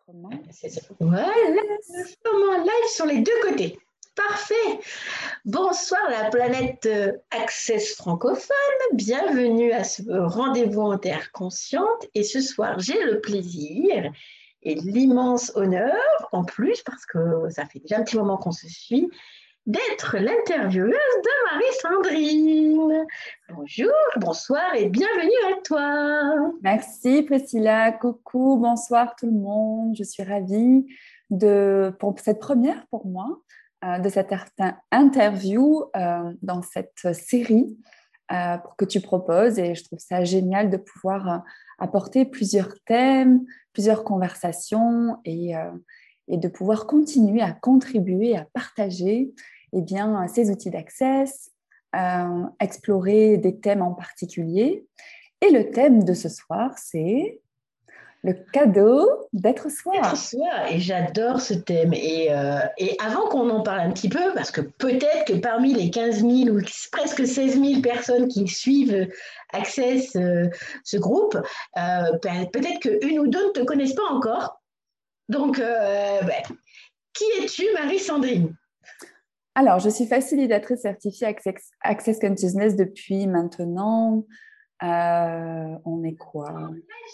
Comment? C'est ça. Voilà, en live sur les deux côtés. Parfait. Bonsoir la planète Access francophone. Bienvenue à ce rendez-vous en Terre consciente. Et ce soir, j'ai le plaisir et l'immense honneur, en plus, parce que ça fait déjà un petit moment qu'on se suit, d'être l'intervieweuse de Marie-Sandrine. Bonjour, bonsoir et bienvenue à toi. Merci Priscilla, coucou, bonsoir tout le monde. Je suis ravie pour cette première pour moi, de cette interview dans cette série que tu proposes. Et je trouve ça génial de pouvoir apporter plusieurs thèmes, plusieurs conversations et de pouvoir continuer à contribuer, à partager ces outils d'access, explorer des thèmes en particulier. Et le thème de ce soir, c'est le cadeau d'être soi. Être soi, et j'adore ce thème. Et avant qu'on en parle un petit peu, parce que peut-être que parmi les 15 000 ou presque 16 000 personnes qui suivent Access, ce groupe, peut-être qu'une ou deux ne te connaissent pas encore. Donc, qui es-tu, Marie-Sandrine? Alors, je suis facilitatrice certifiée Access Consciousness depuis maintenant, on est quoi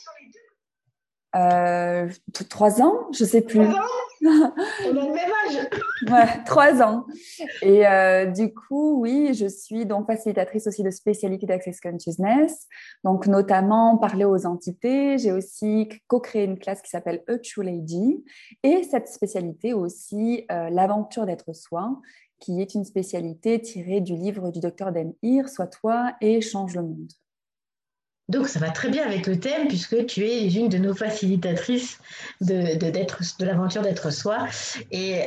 3 ans, je ne sais plus. 3 ans. On a le même âge. Ouais, 3 ans. Et du coup, oui, je suis donc facilitatrice aussi de spécialité d'Access Consciousness, donc notamment parler aux entités. J'ai aussi co-créé une classe qui s'appelle A True Lady et cette spécialité aussi, l'aventure d'être soi, qui est une spécialité tirée du livre du Dr. Dan Heer, Sois toi et change le monde. Donc, ça va très bien avec le thème, puisque tu es une de nos facilitatrices de l'aventure d'être soi. Et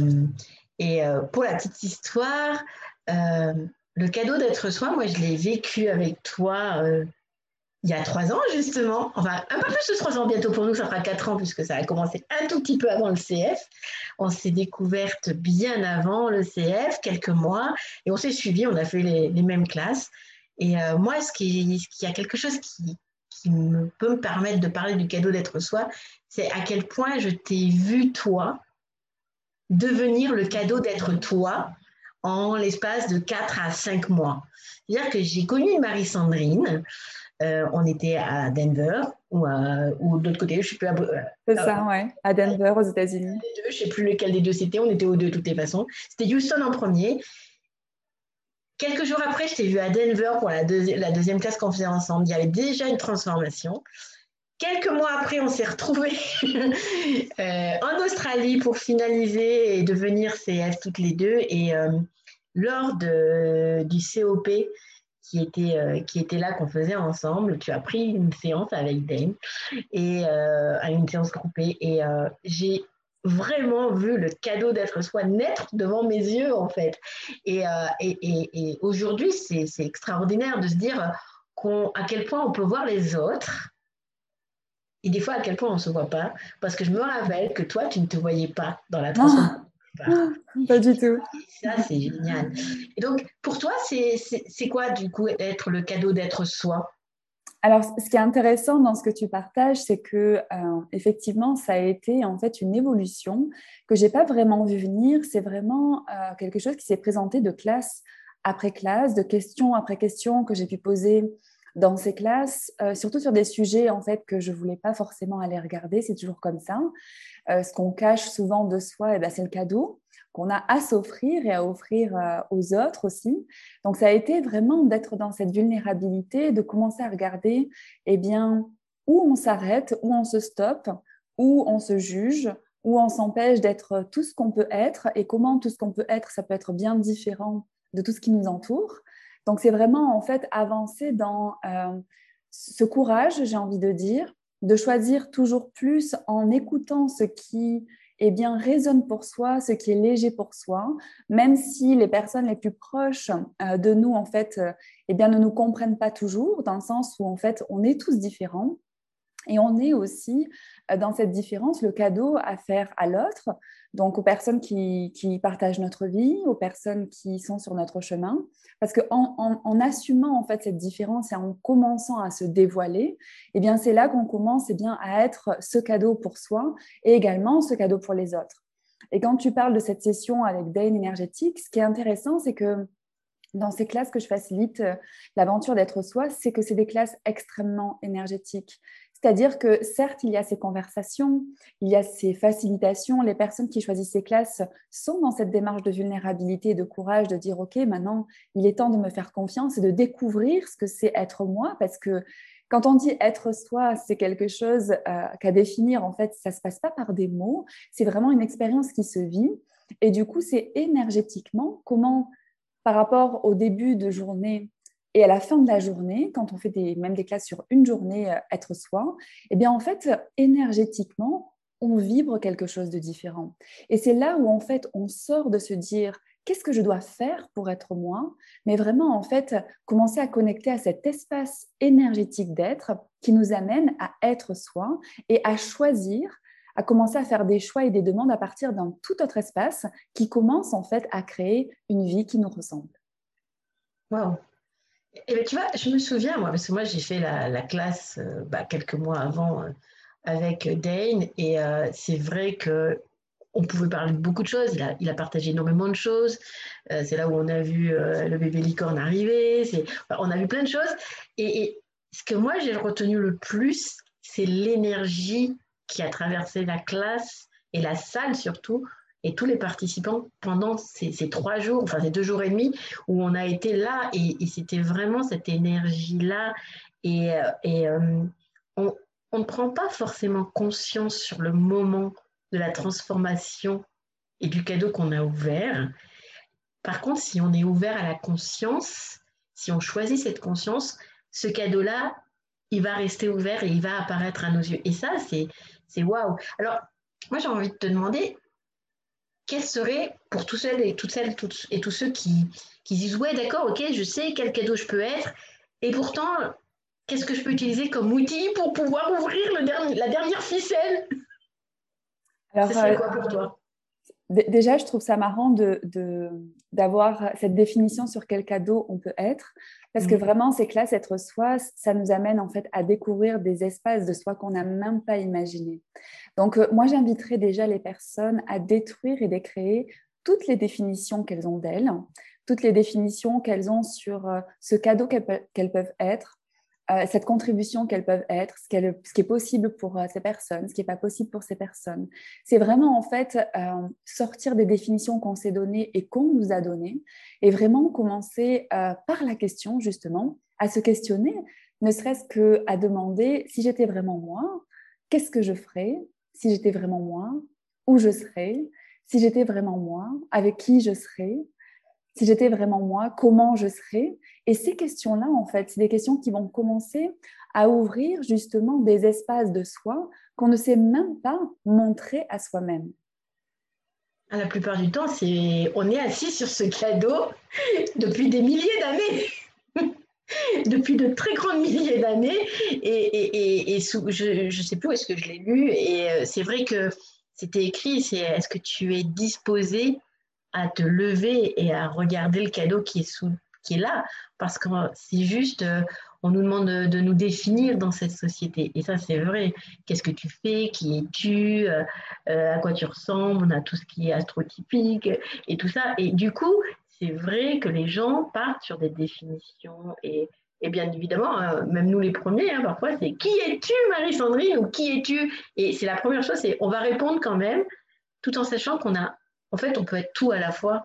pour la petite histoire, le cadeau d'être soi, moi, je l'ai vécu avec toi il y a 3 ans, justement. Enfin, un peu plus de 3 ans bientôt pour nous, ça fera 4 ans, puisque ça a commencé un tout petit peu avant le CF. On s'est découvertes bien avant le CF, quelques mois, et on s'est suivis, on a fait les mêmes classes. Et moi, il y a quelque chose qui peut me permettre de parler du cadeau d'être soi, c'est à quel point je t'ai vu, toi, devenir le cadeau d'être toi en l'espace de 4 à 5 mois. C'est-à-dire que j'ai connu Marie-Sandrine, on était à Denver ou de l'autre côté, je ne sais plus. C'est ça, ouais, à Denver, aux États-Unis. Je ne sais plus lequel des deux c'était, on était aux deux de toutes les façons. C'était Houston en premier. Quelques jours après, je t'ai vu à Denver pour la deuxième classe qu'on faisait ensemble. Il y avait déjà une transformation. Quelques mois après, on s'est retrouvés en Australie pour finaliser et devenir CF toutes les deux. Et lors du COP qui était là, qu'on faisait ensemble, tu as pris une séance avec Dane, et une séance groupée. Et j'ai vraiment vu le cadeau d'être soi naître devant mes yeux, en fait. Et aujourd'hui, c'est extraordinaire de se dire à quel point on peut voir les autres, et des fois à quel point on ne se voit pas, parce que je me rappelle que toi, tu ne te voyais pas dans la transformation. Pas du tout. Et ça, c'est génial. Et donc, pour toi, c'est quoi, du coup, être le cadeau d'être soi? Alors, ce qui est intéressant dans ce que tu partages, c'est que effectivement, ça a été en fait une évolution que j'ai pas vraiment vu venir. C'est vraiment quelque chose qui s'est présenté de classe après classe, de question après question que j'ai pu poser dans ces classes, surtout sur des sujets en fait que je voulais pas forcément aller regarder. C'est toujours comme ça. Ce qu'on cache souvent de soi, c'est le cadeau qu'on a à s'offrir et à offrir aux autres aussi. Donc, ça a été vraiment d'être dans cette vulnérabilité, de commencer à regarder où on s'arrête, où on se stoppe, où on se juge, où on s'empêche d'être tout ce qu'on peut être et comment tout ce qu'on peut être, ça peut être bien différent de tout ce qui nous entoure. Donc, c'est vraiment en fait avancer dans ce courage, j'ai envie de dire, de choisir toujours plus en écoutant ce qui résonne pour soi, ce qui est léger pour soi, même si les personnes les plus proches de nous, en fait, ne nous comprennent pas toujours, dans le sens où, en fait, on est tous différents. Et on est aussi, dans cette différence, le cadeau à faire à l'autre, donc aux personnes qui partagent notre vie, aux personnes qui sont sur notre chemin, Parce qu'en assumant en fait cette différence et en commençant à se dévoiler, eh bien, c'est là qu'on commence à être ce cadeau pour soi et également ce cadeau pour les autres. Et quand tu parles de cette session avec Dane énergétique, ce qui est intéressant, c'est que dans ces classes que je facilite, l'aventure d'être soi, c'est que c'est des classes extrêmement énergétiques. C'est-à-dire que certes, il y a ces conversations, il y a ces facilitations. Les personnes qui choisissent ces classes sont dans cette démarche de vulnérabilité et de courage, de dire, OK, maintenant, il est temps de me faire confiance et de découvrir ce que c'est être moi, parce que quand on dit être soi, c'est quelque chose qu'à définir. En fait, ça ne se passe pas par des mots, c'est vraiment une expérience qui se vit. Et du coup, c'est énergétiquement comment par rapport au début de journée et à la fin de la journée, quand on fait même des classes sur une journée, être soi, eh bien en fait, énergétiquement, on vibre quelque chose de différent. Et c'est là où en fait, on sort de se dire qu'est-ce que je dois faire pour être moi, mais vraiment en fait, commencer à connecter à cet espace énergétique d'être qui nous amène à être soi et à choisir, à commencer à faire des choix et des demandes à partir d'un tout autre espace qui commence en fait à créer une vie qui nous ressemble. Wow. Et bien, tu vois, je me souviens, moi, parce que moi, j'ai fait la classe quelques mois avant avec Dane, et c'est vrai que on pouvait parler de beaucoup de choses. Il a partagé énormément de choses. C'est là où on a vu le bébé licorne arriver. On a vu plein de choses. Et ce que moi, j'ai retenu le plus, c'est l'énergie qui a traversé la classe et la salle surtout, et tous les participants pendant ces 3 jours, enfin ces 2 jours et demi, où on a été là. Et c'était vraiment cette énergie-là. Et on, on ne prend pas forcément conscience sur le moment de la transformation et du cadeau qu'on a ouvert. Par contre, si on est ouvert à la conscience, si on choisit cette conscience, ce cadeau-là, il va rester ouvert et il va apparaître à nos yeux. Et ça, c'est waouh. Alors, moi, j'ai envie de te demander, quel serait pour tous celles et toutes celles et tous ceux qui disent ouais, d'accord, ok, je sais quel cadeau je peux être, et pourtant, qu'est-ce que je peux utiliser comme outil pour pouvoir ouvrir la dernière ficelle? Ce Alors, serait quoi pour toi? déjà, je trouve ça marrant d'avoir cette définition sur quel cadeau on peut être, parce que vraiment, ces classes être soi, ça nous amène en fait à découvrir des espaces de soi qu'on n'a même pas imaginés. Donc, moi, j'inviterais déjà les personnes à détruire et décréer toutes les définitions qu'elles ont d'elles, toutes les définitions qu'elles ont sur ce cadeau qu'elles peuvent être, cette contribution qu'elles peuvent être, ce qui est possible pour ces personnes, ce qui n'est pas possible pour ces personnes. C'est vraiment en fait sortir des définitions qu'on s'est données et qu'on nous a données et vraiment commencer par la question justement à se questionner, ne serait-ce qu'à demander si j'étais vraiment moi, qu'est-ce que je ferais si j'étais vraiment moi, où je serais, si j'étais vraiment moi, avec qui je serais, si j'étais vraiment moi, comment je serais. Et ces questions-là, en fait, c'est des questions qui vont commencer à ouvrir justement des espaces de soi qu'on ne sait même pas montrer à soi-même. La plupart du temps, on est assis sur ce cadeau depuis des milliers d'années, depuis de très grands milliers d'années. Et je ne sais plus où est-ce que je l'ai lu. Et c'est vrai que c'était écrit, c'est est-ce que tu es disposé à te lever et à regarder le cadeau qui est là, parce que c'est juste, on nous demande de nous définir dans cette société. Et ça, c'est vrai. Qu'est-ce que tu fais? Qui es-tu? À quoi tu ressembles? On a tout ce qui est astrotypique et tout ça. Et du coup, c'est vrai que les gens partent sur des définitions et bien évidemment, même nous les premiers, hein, parfois, c'est qui es-tu, Marie-Sandrine, ou qui es-tu? Et c'est la première chose, c'est on va répondre quand même, tout en sachant en fait, on peut être tout à la fois.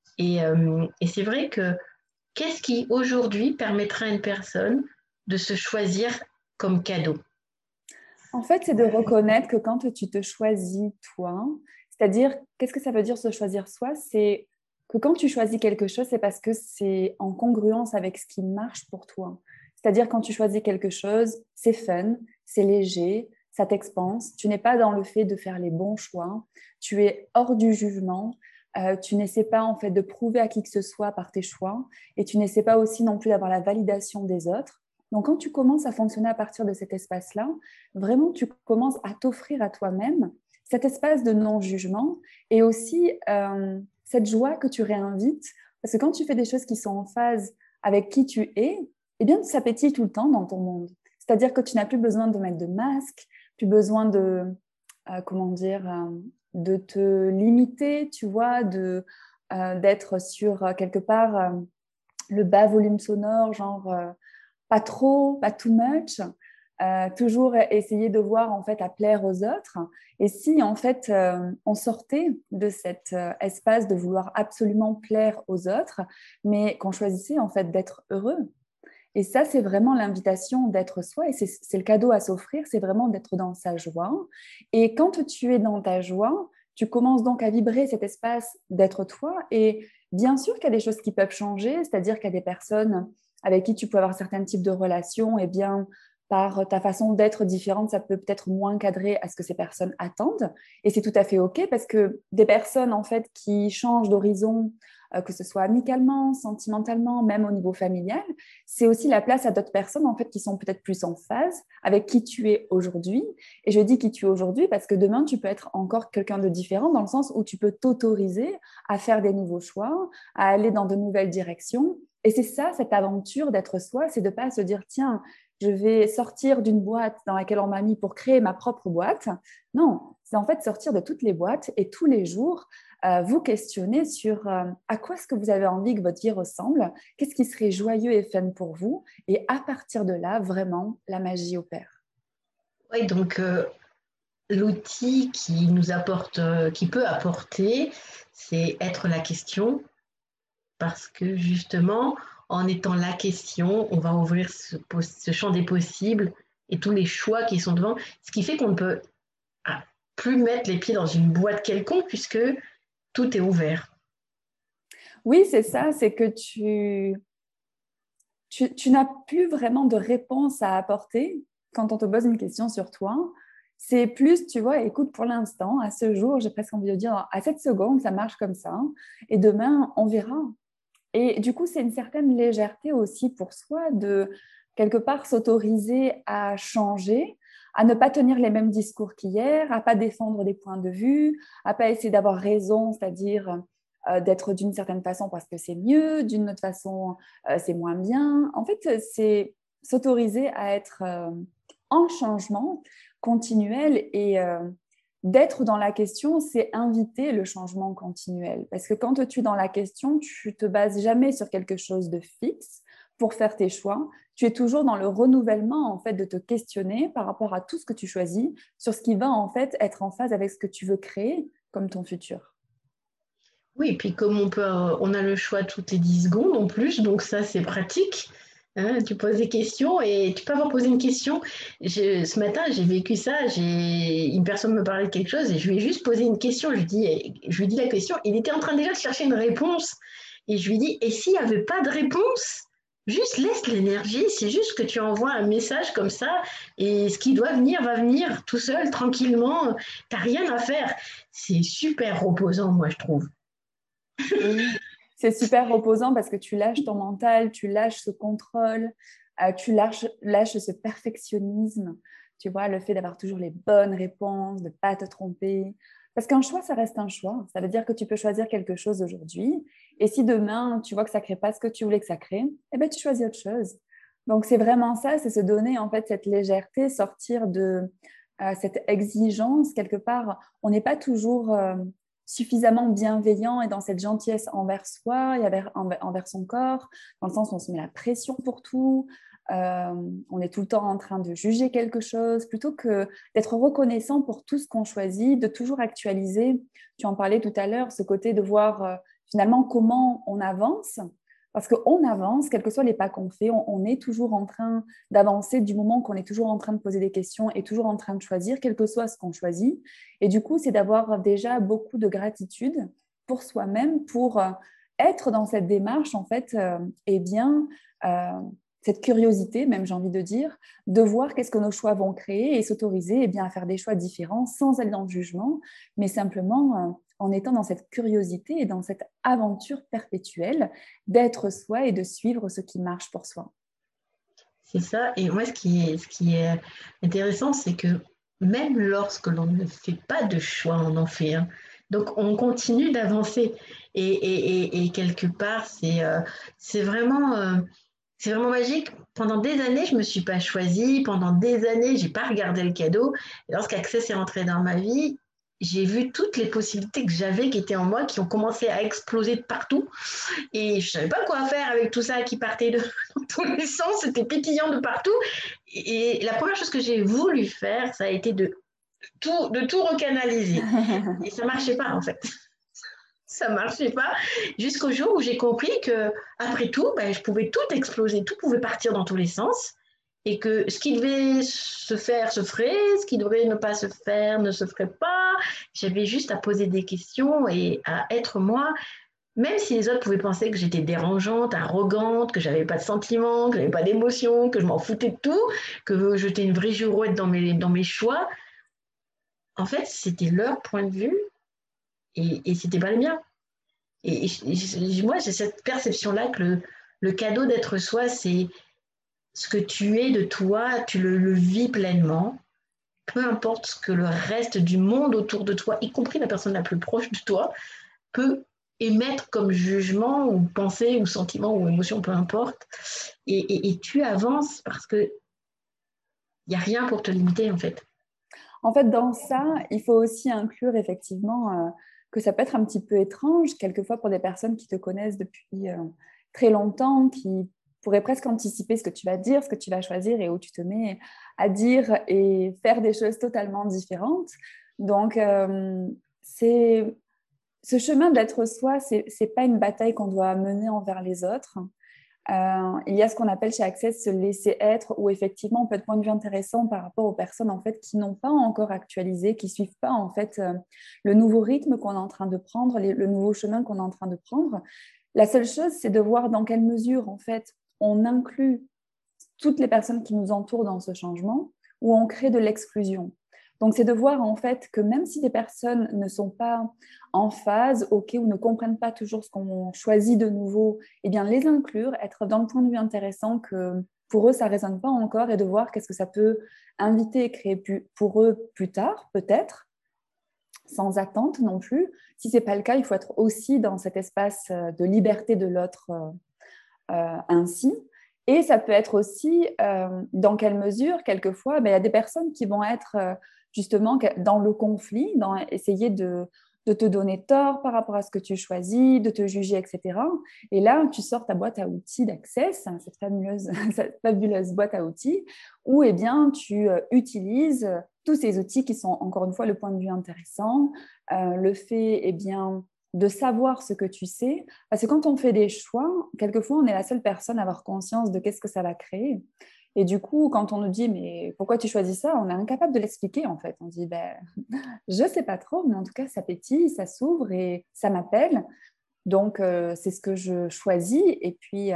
Et c'est vrai que qu'est-ce qui aujourd'hui permettra à une personne de se choisir comme cadeau? En fait, c'est de reconnaître que quand tu te choisis toi, c'est-à-dire, qu'est-ce que ça veut dire se choisir soi? C'est que quand tu choisis quelque chose, c'est parce que c'est en congruence avec ce qui marche pour toi. C'est-à-dire, quand tu choisis quelque chose, c'est fun, c'est léger, ça t'expanse. Tu n'es pas dans le fait de faire les bons choix. Tu es hors du jugement. Tu n'essaies pas en fait de prouver à qui que ce soit par tes choix et tu n'essaies pas aussi non plus d'avoir la validation des autres. Donc, quand tu commences à fonctionner à partir de cet espace-là, vraiment, tu commences à t'offrir à toi-même cet espace de non-jugement et aussi cette joie que tu réinvites Parce que quand tu fais des choses qui sont en phase avec qui tu es, eh bien, ça pétille tout le temps dans ton monde. C'est-à-dire que tu n'as plus besoin de mettre de masque, plus besoin de, de te limiter, tu vois, d'être sur quelque part le bas volume sonore, genre pas trop, pas too much. Toujours essayer de voir en fait à plaire aux autres. Et si en fait on sortait de cet espace de vouloir absolument plaire aux autres, mais qu'on choisissait en fait d'être heureux. Et ça, c'est vraiment l'invitation d'être soi et c'est le cadeau à s'offrir, c'est vraiment d'être dans sa joie. Et quand tu es dans ta joie, tu commences donc à vibrer cet espace d'être toi. Et bien sûr qu'il y a des choses qui peuvent changer, c'est-à-dire qu'il y a des personnes avec qui tu peux avoir certains types de relations, et bien par ta façon d'être différente, ça peut peut-être moins cadrer à ce que ces personnes attendent. Et c'est tout à fait OK parce que des personnes en fait qui changent d'horizon, que ce soit amicalement, sentimentalement, même au niveau familial, c'est aussi la place à d'autres personnes en fait qui sont peut-être plus en phase avec qui tu es aujourd'hui. Et je dis qui tu es aujourd'hui parce que demain tu peux être encore quelqu'un de différent dans le sens où tu peux t'autoriser à faire des nouveaux choix, à aller dans de nouvelles directions. Et c'est ça, cette aventure d'être soi, c'est de ne pas se dire tiens, je vais sortir d'une boîte dans laquelle on m'a mis pour créer ma propre boîte. Non, c'est en fait sortir de toutes les boîtes et tous les jours vous questionner sur à quoi est-ce que vous avez envie que votre vie ressemble, qu'est-ce qui serait joyeux et fun pour vous, et à partir de là, vraiment, la magie opère. Oui, donc l'outil qui nous apporte, qui peut apporter, c'est être la question, parce que justement, en étant la question, on va ouvrir ce champ des possibles et tous les choix qui sont devant, ce qui fait qu'on ne peut plus mettre les pieds dans une boîte quelconque puisque tout est ouvert. Oui, c'est ça, c'est que tu n'as plus vraiment de réponse à apporter quand on te pose une question sur toi. C'est plus, tu vois, écoute, pour l'instant, à ce jour, j'ai presque envie de dire, à cette seconde, ça marche comme ça. Et demain, on verra. Et du coup, c'est une certaine légèreté aussi pour soi de, quelque part, s'autoriser à changer, à ne pas tenir les mêmes discours qu'hier, à pas défendre des points de vue, à pas essayer d'avoir raison, c'est-à-dire d'être d'une certaine façon parce que c'est mieux, d'une autre façon, c'est moins bien. En fait, c'est s'autoriser à être en changement continuel et d'être dans la question, c'est inviter le changement continuel. Parce que quand tu es dans la question, tu te bases jamais sur quelque chose de fixe pour faire tes choix. Tu es toujours dans le renouvellement en fait de te questionner par rapport à tout ce que tu choisis, sur ce qui va en fait être en phase avec ce que tu veux créer comme ton futur. Oui, et puis comme on a le choix toutes les 10 secondes en plus, donc ça c'est pratique. Hein, tu poses des questions et tu peux avoir posé une question. Ce matin, j'ai vécu ça. Une personne me parlait de quelque chose et je lui ai juste posé une question. Je lui ai dit la question. Il était en train déjà de chercher une réponse. Et je lui ai dit, et s'il n'y avait pas de réponse, juste laisse l'énergie. C'est juste que tu envoies un message comme ça et ce qui doit venir va venir tout seul, tranquillement. Tu n'as rien à faire. C'est super reposant, moi, je trouve. Oui, c'est super reposant parce que tu lâches ton mental, tu lâches ce contrôle, lâches ce perfectionnisme, tu vois, le fait d'avoir toujours les bonnes réponses, de ne pas te tromper. Parce qu'un choix, ça reste un choix. Ça veut dire que tu peux choisir quelque chose aujourd'hui. Et si demain, tu vois que ça ne crée pas ce que tu voulais que ça crée, eh ben, tu choisis autre chose. Donc, c'est vraiment ça, c'est se donner en fait cette légèreté, sortir de cette exigence. Quelque part, on n'est pas toujours suffisamment bienveillant et dans cette gentillesse envers soi et envers son corps, dans le sens où on se met la pression pour tout, on est tout le temps en train de juger quelque chose, plutôt que d'être reconnaissant pour tout ce qu'on choisit, de toujours actualiser. Tu en parlais tout à l'heure, ce côté de voir finalement comment on avance, parce qu'on avance, quels que soient les pas qu'on fait, on est toujours en train d'avancer du moment qu'on est toujours en train de poser des questions et toujours en train de choisir, quel que soit ce qu'on choisit. Et du coup, c'est d'avoir déjà beaucoup de gratitude pour soi-même, pour être dans cette démarche, en fait, et bien, cette curiosité, même j'ai envie de dire, de voir qu'est-ce que nos choix vont créer et s'autoriser bien, à faire des choix différents sans aller dans le jugement, mais simplement en étant dans cette curiosité et dans cette aventure perpétuelle d'être soi et de suivre ce qui marche pour soi. C'est ça. Et moi, ce qui est intéressant, c'est que même lorsque l'on ne fait pas de choix, on en fait un. Donc, on continue d'avancer. Et quelque part, c'est vraiment magique. Pendant des années, je ne me suis pas choisie. Pendant des années, je n'ai pas regardé le cadeau. Et lorsqu'Access est rentré dans ma vie, j'ai vu toutes les possibilités que j'avais qui étaient en moi, qui ont commencé à exploser de partout. Et je ne savais pas quoi faire avec tout ça qui partait dans tous les sens. C'était pétillant de partout. Et la première chose que j'ai voulu faire, ça a été de tout recanaliser. Et ça ne marchait pas, en fait. Ça ne marchait pas jusqu'au jour où j'ai compris que, après tout, ben, je pouvais tout exploser, tout pouvait partir dans tous les sens. Et que ce qui devait se faire se ferait, ce qui devait ne pas se faire ne se ferait pas. J'avais juste à poser des questions et à être moi, même si les autres pouvaient penser que j'étais dérangeante, arrogante, que j'avais pas de sentiments, que j'avais pas d'émotions, que je m'en foutais de tout, que j'étais une vraie girouette dans mes choix. En fait, c'était leur point de vue et c'était pas le mien. Moi, j'ai cette perception-là que le cadeau d'être soi, c'est ce que tu es de toi, tu le vis pleinement, peu importe ce que le reste du monde autour de toi, y compris la personne la plus proche de toi, peut émettre comme jugement ou pensée ou sentiment ou émotion, peu importe. Et tu avances parce qu'il n'y a rien pour te limiter en fait. En fait, dans ça, il faut aussi inclure effectivement que ça peut être un petit peu étrange, quelquefois pour des personnes qui te connaissent depuis très longtemps, qui pourraient presque anticiper ce que tu vas dire, ce que tu vas choisir et où tu te mets à dire et faire des choses totalement différentes. Donc, ce chemin d'être soi, c'est pas une bataille qu'on doit mener envers les autres. Il y a ce qu'on appelle chez Access se laisser être, où effectivement on peut être point de vue intéressant par rapport aux personnes en fait qui n'ont pas encore actualisé, qui suivent pas en fait le nouveau rythme qu'on est en train de prendre, le nouveau chemin qu'on est en train de prendre. La seule chose, c'est de voir dans quelle mesure en fait on inclut toutes les personnes qui nous entourent dans ce changement ou on crée de l'exclusion. Donc, c'est de voir en fait que même si des personnes ne sont pas en phase, OK, ou ne comprennent pas toujours ce qu'on choisit de nouveau, eh bien, les inclure, être dans le point de vue intéressant que pour eux, ça ne résonne pas encore et de voir qu'est-ce que ça peut inviter et créer pour eux plus tard, peut-être, sans attente non plus. Si ce n'est pas le cas, il faut être aussi dans cet espace de liberté de l'autre ainsi. Et ça peut être aussi dans quelle mesure, quelquefois, il y a des personnes qui vont être justement dans le conflit, dans essayer de te donner tort par rapport à ce que tu choisis, de te juger, etc. Et là, tu sors ta boîte à outils d'Access, cette fabuleuse boîte à outils, où eh bien, tu utilises tous ces outils qui sont, encore une fois, le point de vue intéressant, le fait eh bien, de savoir ce que tu sais. Parce que quand on fait des choix, quelquefois, on est la seule personne à avoir conscience de qu'est-ce que ça va créer. Et du coup, quand on nous dit, mais pourquoi tu choisis ça, on est incapable de l'expliquer, en fait. On dit, je ne sais pas trop, mais en tout cas, ça pétille, ça s'ouvre et ça m'appelle. Donc, c'est ce que je choisis. Et puis,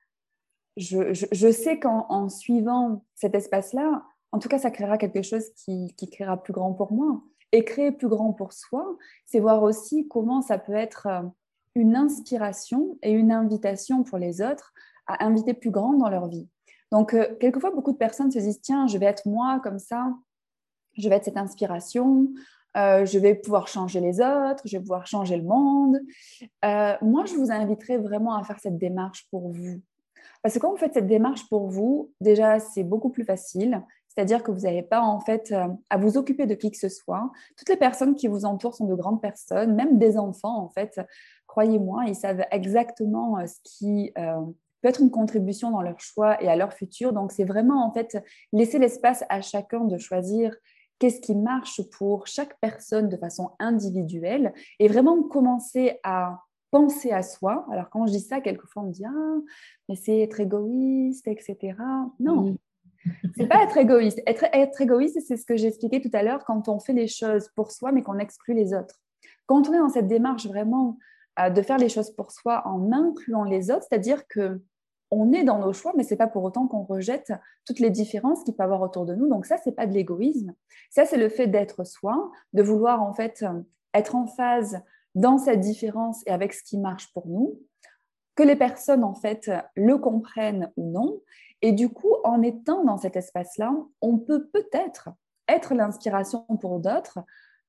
je sais qu'en suivant cet espace-là, en tout cas, ça créera quelque chose qui créera plus grand pour moi. Et créer plus grand pour soi, c'est voir aussi comment ça peut être une inspiration et une invitation pour les autres à inviter plus grand dans leur vie. Donc, quelquefois, beaucoup de personnes se disent, tiens, je vais être moi comme ça, je vais être cette inspiration, je vais pouvoir changer les autres, je vais pouvoir changer le monde. Moi, je vous inviterais vraiment à faire cette démarche pour vous. Parce que quand vous faites cette démarche pour vous, déjà, c'est beaucoup plus facile. C'est-à-dire que vous n'avez pas en fait à vous occuper de qui que ce soit. Toutes les personnes qui vous entourent sont de grandes personnes, même des enfants en fait. Croyez-moi, ils savent exactement ce qui peut être une contribution dans leur choix et à leur futur. Donc, c'est vraiment en fait laisser l'espace à chacun de choisir qu'est-ce qui marche pour chaque personne de façon individuelle et vraiment commencer à penser à soi. Alors, quand je dis ça, quelquefois on me dit « Ah, mais c'est être égoïste, etc. » Non, c'est pas être égoïste. Être égoïste, c'est ce que j'ai expliqué tout à l'heure quand on fait les choses pour soi, mais qu'on exclut les autres. Quand on est dans cette démarche vraiment de faire les choses pour soi en incluant les autres, c'est-à-dire que on est dans nos choix, mais c'est pas pour autant qu'on rejette toutes les différences qu'il peut y avoir autour de nous. Donc ça, c'est pas de l'égoïsme. Ça, c'est le fait d'être soi, de vouloir en fait être en phase dans cette différence et avec ce qui marche pour nous, que les personnes en fait le comprennent ou non. Et du coup, en étant dans cet espace-là, on peut peut-être être l'inspiration pour d'autres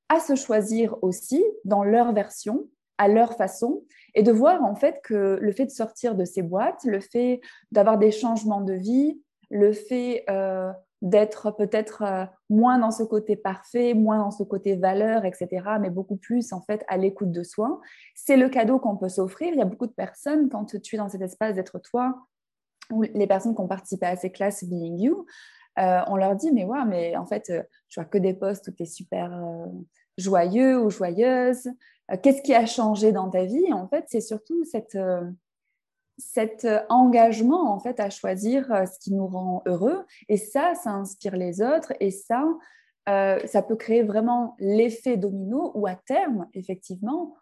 à se choisir aussi dans leur version, à leur façon, et de voir en fait que le fait de sortir de ces boîtes, le fait d'avoir des changements de vie, le fait d'être peut-être moins dans ce côté parfait, moins dans ce côté valeur, etc., mais beaucoup plus en fait à l'écoute de soi, c'est le cadeau qu'on peut s'offrir. Il y a beaucoup de personnes, quand tu es dans cet espace d'être toi, ou les personnes qui ont participé à ces classes Being You, on leur dit, mais ouais, mais en fait, je vois que des posts où tu es super joyeux ou joyeuse. Qu'est-ce qui a changé dans ta vie? En fait, c'est surtout cet engagement en fait, à choisir ce qui nous rend heureux. Et ça inspire les autres. Et ça peut créer vraiment l'effet domino où à terme, effectivement,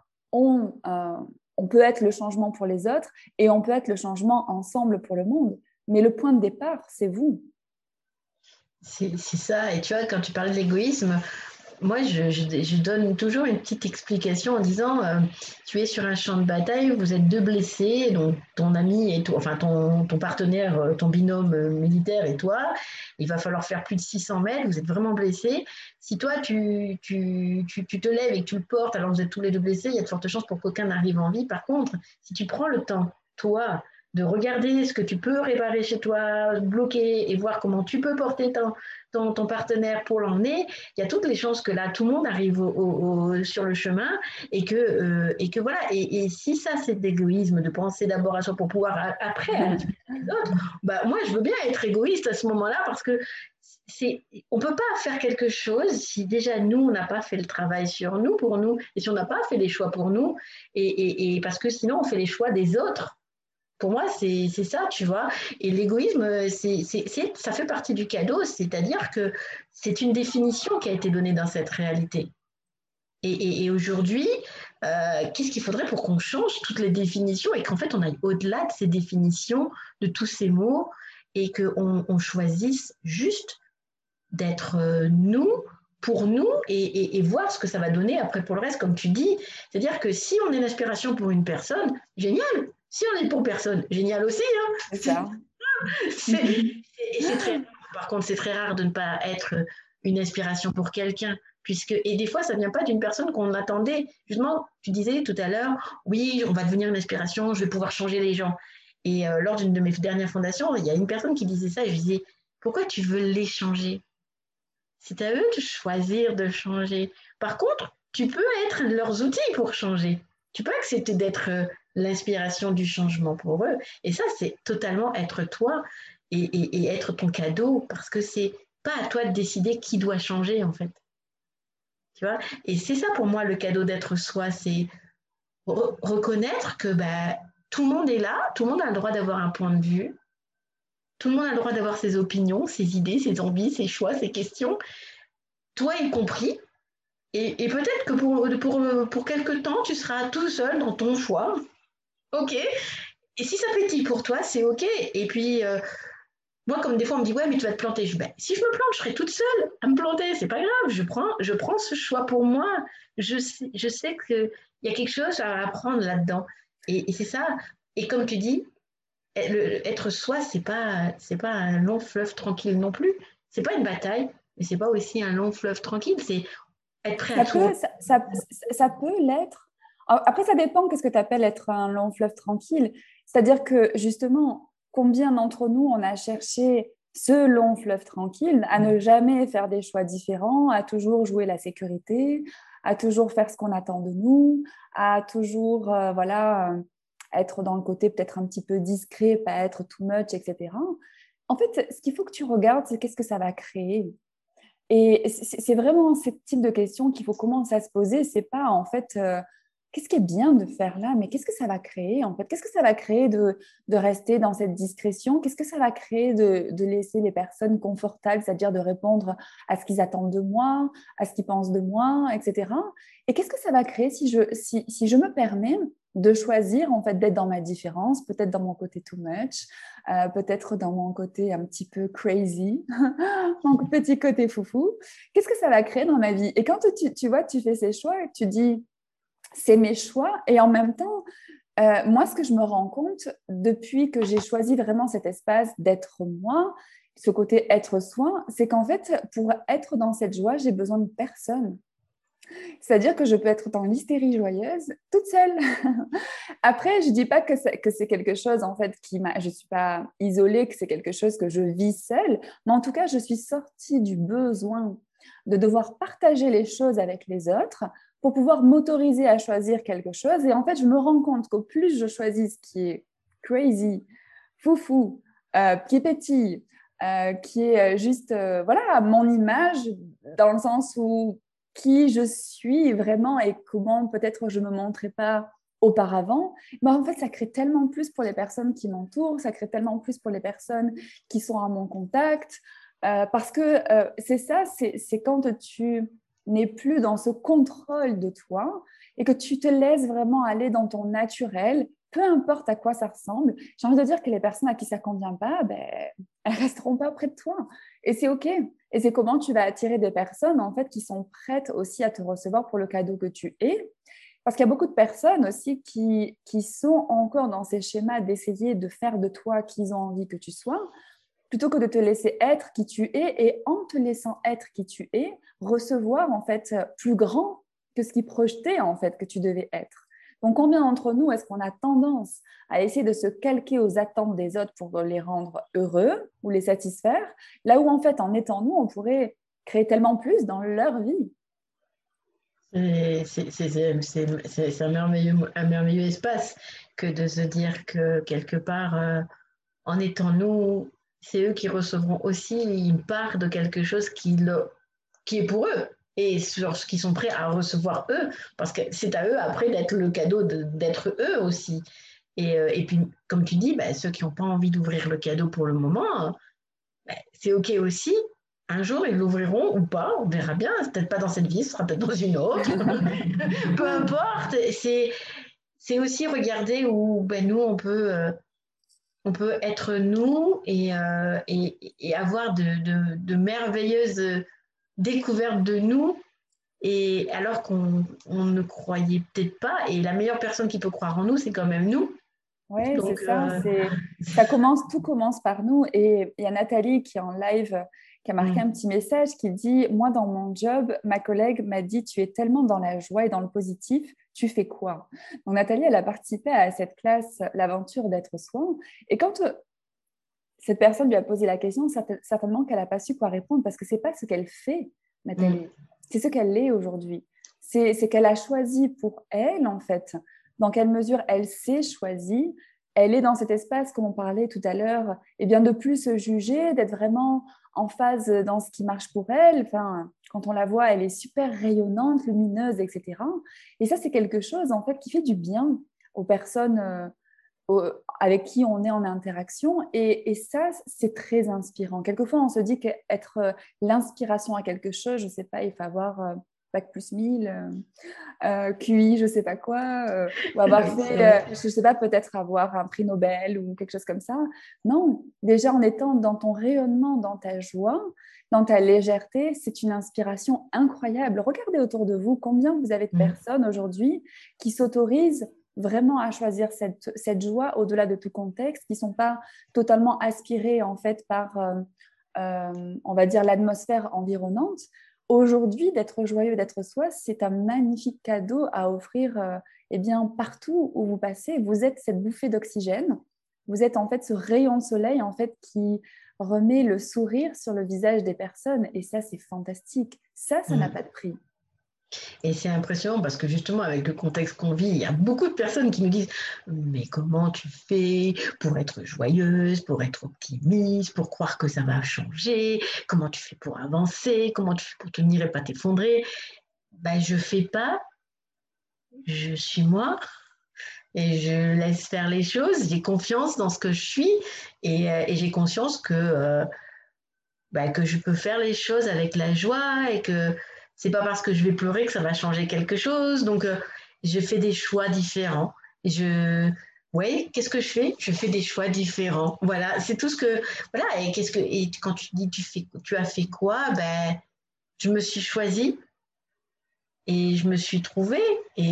on peut être le changement pour les autres et on peut être le changement ensemble pour le monde. Mais le point de départ, c'est vous. C'est ça. Et tu vois, quand tu parlais de l'égoïsme, moi, je donne toujours une petite explication en disant, tu es sur un champ de bataille, vous êtes deux blessés, donc ton ami et toi, enfin ton partenaire, ton binôme militaire et toi, il va falloir faire plus de 600 mètres, vous êtes vraiment blessés. Si toi, tu te lèves et que tu le portes alors que vous êtes tous les deux blessés, il y a de fortes chances pour qu'aucun n'arrive en vie. Par contre, si tu prends le temps, toi, de regarder ce que tu peux réparer chez toi, bloquer et voir comment tu peux porter ton partenaire pour l'emmener, il y a toutes les chances que là, tout le monde arrive sur le chemin et que voilà. Et si ça, c'est de l'égoïsme, de penser d'abord à soi pour pouvoir après inspirer les autres, bah, moi, je veux bien être égoïste à ce moment-là parce que on ne peut pas faire quelque chose si déjà nous, on n'a pas fait le travail sur nous, pour nous, et si on n'a pas fait les choix pour nous, et parce que sinon, on fait les choix des autres. Pour moi, c'est ça, tu vois. Et l'égoïsme, ça fait partie du cadeau, c'est-à-dire que c'est une définition qui a été donnée dans cette réalité. Et aujourd'hui, qu'est-ce qu'il faudrait pour qu'on change toutes les définitions et qu'en fait, on aille au-delà de ces définitions, de tous ces mots, et qu'on choisisse juste d'être nous, pour nous, et voir ce que ça va donner après pour le reste, comme tu dis. C'est-à-dire que si on est l'inspiration pour une personne, génial. Si on est pour personne, génial aussi. Hein. C'est ça. C'est très rare. Par contre, c'est très rare de ne pas être une inspiration pour quelqu'un. Et des fois, ça ne vient pas d'une personne qu'on attendait. Justement, tu disais tout à l'heure, oui, on va devenir une inspiration, je vais pouvoir changer les gens. Et lors d'une de mes dernières fondations, il y a une personne qui disait ça et je disais, pourquoi tu veux les changer? C'est à eux de choisir de changer. Par contre, tu peux être leurs outils pour changer. Tu peux accepter d'être l'inspiration du changement pour eux. Et ça, c'est totalement être toi et être ton cadeau parce que c'est pas à toi de décider qui doit changer en fait. Tu vois. Et c'est ça pour moi le cadeau d'être soi, c'est reconnaître que bah, tout le monde est là, tout le monde a le droit d'avoir un point de vue, tout le monde a le droit d'avoir ses opinions, ses idées, ses envies, ses choix, ses questions, toi y compris. Et peut-être que pour quelque temps, tu seras tout seul dans ton choix. OK. Et si ça pétille pour toi, c'est OK. Et puis, moi, comme des fois, on me dit, ouais, mais tu vas te planter. Si je me plante, je serai toute seule à me planter. C'est pas grave. Je prends ce choix pour moi. Je sais qu'il y a quelque chose à apprendre là-dedans. Et c'est ça. Et comme tu dis, être soi, c'est pas un long fleuve tranquille non plus. C'est pas une bataille, mais c'est pas aussi un long fleuve tranquille. C'est être prêt à Ça tout. peut, ça peut l'être. Après, ça dépend qu'est-ce que tu appelles être un long fleuve tranquille. C'est-à-dire que justement, combien d'entre nous on a cherché ce long fleuve tranquille à ne jamais faire des choix différents, à toujours jouer la sécurité, à toujours faire ce qu'on attend de nous, à toujours voilà, être dans le côté peut-être un petit peu discret, pas être too much, etc. En fait, ce qu'il faut que tu regardes, c'est qu'est-ce que ça va créer. Et c'est vraiment ce type de questions qu'il faut commencer à se poser. C'est pas en fait qu'est-ce qui est bien de faire là, mais qu'est-ce que ça va créer en fait? Qu'est-ce que ça va créer de rester dans cette discrétion? Qu'est-ce que ça va créer de laisser les personnes confortables, c'est-à-dire de répondre à ce qu'ils attendent de moi, à ce qu'ils pensent de moi, etc. Et qu'est-ce que ça va créer si je me permets de choisir en fait d'être dans ma différence, peut-être dans mon côté too much, peut-être dans mon côté un petit peu crazy, mon petit côté foufou. Qu'est-ce que ça va créer dans ma vie? Et quand tu vois, tu fais ces choix, tu dis, c'est mes choix. Et en même temps, moi, ce que je me rends compte depuis que j'ai choisi vraiment cet espace d'être moi, ce côté être soi, c'est qu'en fait, pour être dans cette joie, j'ai besoin de personne. C'est-à-dire que je peux être dans l'hystérie joyeuse toute seule. Après, je ne dis pas que c'est quelque chose, en fait, je ne suis pas isolée, que c'est quelque chose que je vis seule, mais en tout cas, je suis sortie du besoin de devoir partager les choses avec les autres pour pouvoir m'autoriser à choisir quelque chose. Et en fait, je me rends compte qu'au plus je choisis ce qui est crazy, foufou, qui pétille, qui est juste, voilà, mon image, dans le sens où qui je suis vraiment et comment peut-être je ne me montrais pas auparavant, mais en fait, ça crée tellement plus pour les personnes qui m'entourent, ça crée tellement plus pour les personnes qui sont à mon contact, parce que c'est ça, c'est quand tu n'es plus dans ce contrôle de toi et que tu te laisses vraiment aller dans ton naturel, peu importe à quoi ça ressemble. J'ai envie de dire que les personnes à qui ça ne convient pas, ben, elles ne resteront pas près de toi. Et c'est OK. Et c'est comment tu vas attirer des personnes en fait, qui sont prêtes aussi à te recevoir pour le cadeau que tu es. Parce qu'il y a beaucoup de personnes aussi qui sont encore dans ces schémas d'essayer de faire de toi qui ils ont envie que tu sois, plutôt que de te laisser être qui tu es et en te laissant être qui tu es, recevoir en fait plus grand que ce qui projetait en fait que tu devais être. Donc, combien d'entre nous est-ce qu'on a tendance à essayer de se calquer aux attentes des autres pour les rendre heureux ou les satisfaire, là où en fait, en étant nous, on pourrait créer tellement plus dans leur vie. C'est un merveilleux espace que de se dire que quelque part, en étant nous, c'est eux qui recevront aussi une part de quelque chose qui est pour eux et sur ce qu'ils sont prêts à recevoir eux, parce que c'est à eux après d'être le cadeau d'être eux aussi. Et puis, comme tu dis, bah, ceux qui n'ont pas envie d'ouvrir le cadeau pour le moment, bah, c'est OK aussi. Un jour, ils l'ouvriront ou pas, on verra bien. C'est peut-être pas dans cette vie, ce sera peut-être dans une autre. Peu importe. C'est aussi regarder où ben, nous, on peut être nous et avoir de merveilleuses découvertes de nous, et alors qu'on ne croyait peut-être pas. Et la meilleure personne qui peut croire en nous, c'est quand même nous. Oui, c'est Donc, ça. Tout commence par nous. Et il y a Nathalie qui est en live, qui a marqué un petit message qui dit: Moi, dans mon job, ma collègue m'a dit, tu es tellement dans la joie et dans le positif, tu fais quoi? Donc, Nathalie, elle a participé à cette classe, l'aventure d'être soi. Et quand cette personne lui a posé la question, certainement qu'elle n'a pas su quoi répondre parce que ce n'est pas ce qu'elle fait, Nathalie. C'est ce qu'elle est aujourd'hui. C'est qu'elle a choisi pour elle, en fait. Dans quelle mesure elle s'est choisie. Elle est dans cet espace, comme on parlait tout à l'heure, et bien de plus se juger, d'être vraiment en phase dans ce qui marche pour elle. Enfin, quand on la voit, elle est super rayonnante, lumineuse, etc. Et ça, c'est quelque chose, en fait, qui fait du bien aux personnes avec qui on est en interaction. Et ça, c'est très inspirant. Quelquefois, on se dit qu'être l'inspiration à quelque chose, je ne sais pas, il faut avoir bac plus 1000, QI, je ne sais pas quoi, ou avoir fait, je ne sais pas, peut-être avoir un prix Nobel ou quelque chose comme ça. Non, déjà en étant dans ton rayonnement, dans ta joie, dans ta légèreté, c'est une inspiration incroyable. Regardez autour de vous combien vous avez de personnes aujourd'hui qui s'autorisent vraiment à choisir cette joie au-delà de tout contexte, qui ne sont pas totalement aspirées en fait par, on va dire, l'atmosphère environnante. Aujourd'hui, d'être joyeux, d'être soi, c'est un magnifique cadeau à offrir eh bien, partout où vous passez. Vous êtes cette bouffée d'oxygène, vous êtes en fait ce rayon de soleil en fait, qui remet le sourire sur le visage des personnes, et ça, c'est fantastique. Ça n'a pas de prix. Et c'est impressionnant parce que justement, avec le contexte qu'on vit, il y a beaucoup de personnes qui nous disent: mais comment tu fais pour être joyeuse, pour être optimiste, pour croire que ça va changer? Comment tu fais pour avancer? Comment tu fais pour tenir et pas t'effondrer? Ben, je fais pas, je suis moi et je laisse faire les choses. J'ai confiance dans ce que je suis et j'ai conscience que je peux faire les choses avec la joie et que c'est pas parce que je vais pleurer que ça va changer quelque chose. Donc, je fais des choix différents. Oui, qu'est-ce que je fais? Je fais des choix différents. Voilà, c'est tout ce que. Voilà, et quand tu dis tu as fait quoi? Ben, je me suis choisie et je me suis trouvée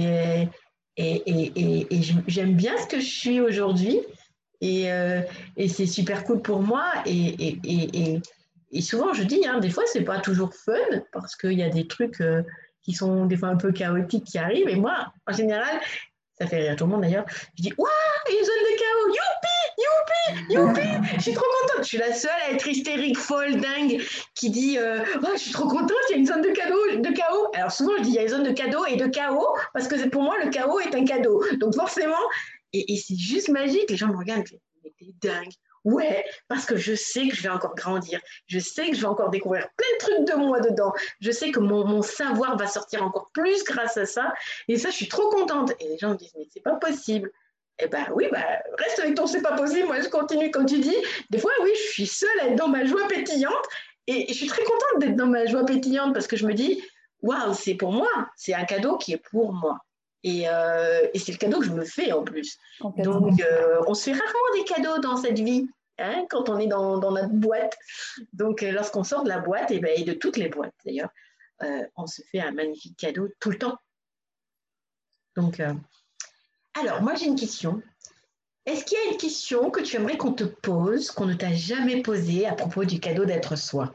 et j'aime bien ce que je suis aujourd'hui et c'est super cool pour moi et souvent je dis, hein, des fois c'est pas toujours fun parce qu'il y a des trucs qui qui sont des fois un peu chaotiques qui arrivent. Et moi, en général, ça fait rire tout le monde d'ailleurs, je dis, waouh, une zone de chaos, youpi, youpi, youpi, je suis trop contente. Je suis la seule à être hystérique, folle, dingue, qui dit, oh, je suis trop contente, il y a une zone de chaos. Alors souvent, je dis, il y a une zone de cadeau et de chaos, parce que pour moi, le chaos est un cadeau. Donc forcément, et c'est juste magique, les gens me regardent, mais t'es dingue. Ouais, parce que je sais que je vais encore grandir. Je sais que je vais encore découvrir plein de trucs de moi dedans. Je sais que mon savoir va sortir encore plus grâce à ça. Et ça, je suis trop contente. Et les gens me disent, mais c'est pas possible. Eh ben oui, bah, reste avec ton c'est pas possible. Moi, je continue, comme tu dis. Des fois, oui, je suis seule à être dans ma joie pétillante. Et je suis très contente d'être dans ma joie pétillante parce que je me dis, waouh, c'est pour moi. C'est un cadeau qui est pour moi. Et c'est le cadeau que je me fais en plus. Complètement. Donc, on se fait rarement des cadeaux dans cette vie, hein, quand on est dans notre boîte. Donc, lorsqu'on sort de la boîte, et de toutes les boîtes d'ailleurs, on se fait un magnifique cadeau tout le temps. Donc, alors, moi j'ai une question. Est-ce qu'il y a une question que tu aimerais qu'on te pose, qu'on ne t'a jamais posée à propos du cadeau d'être soi?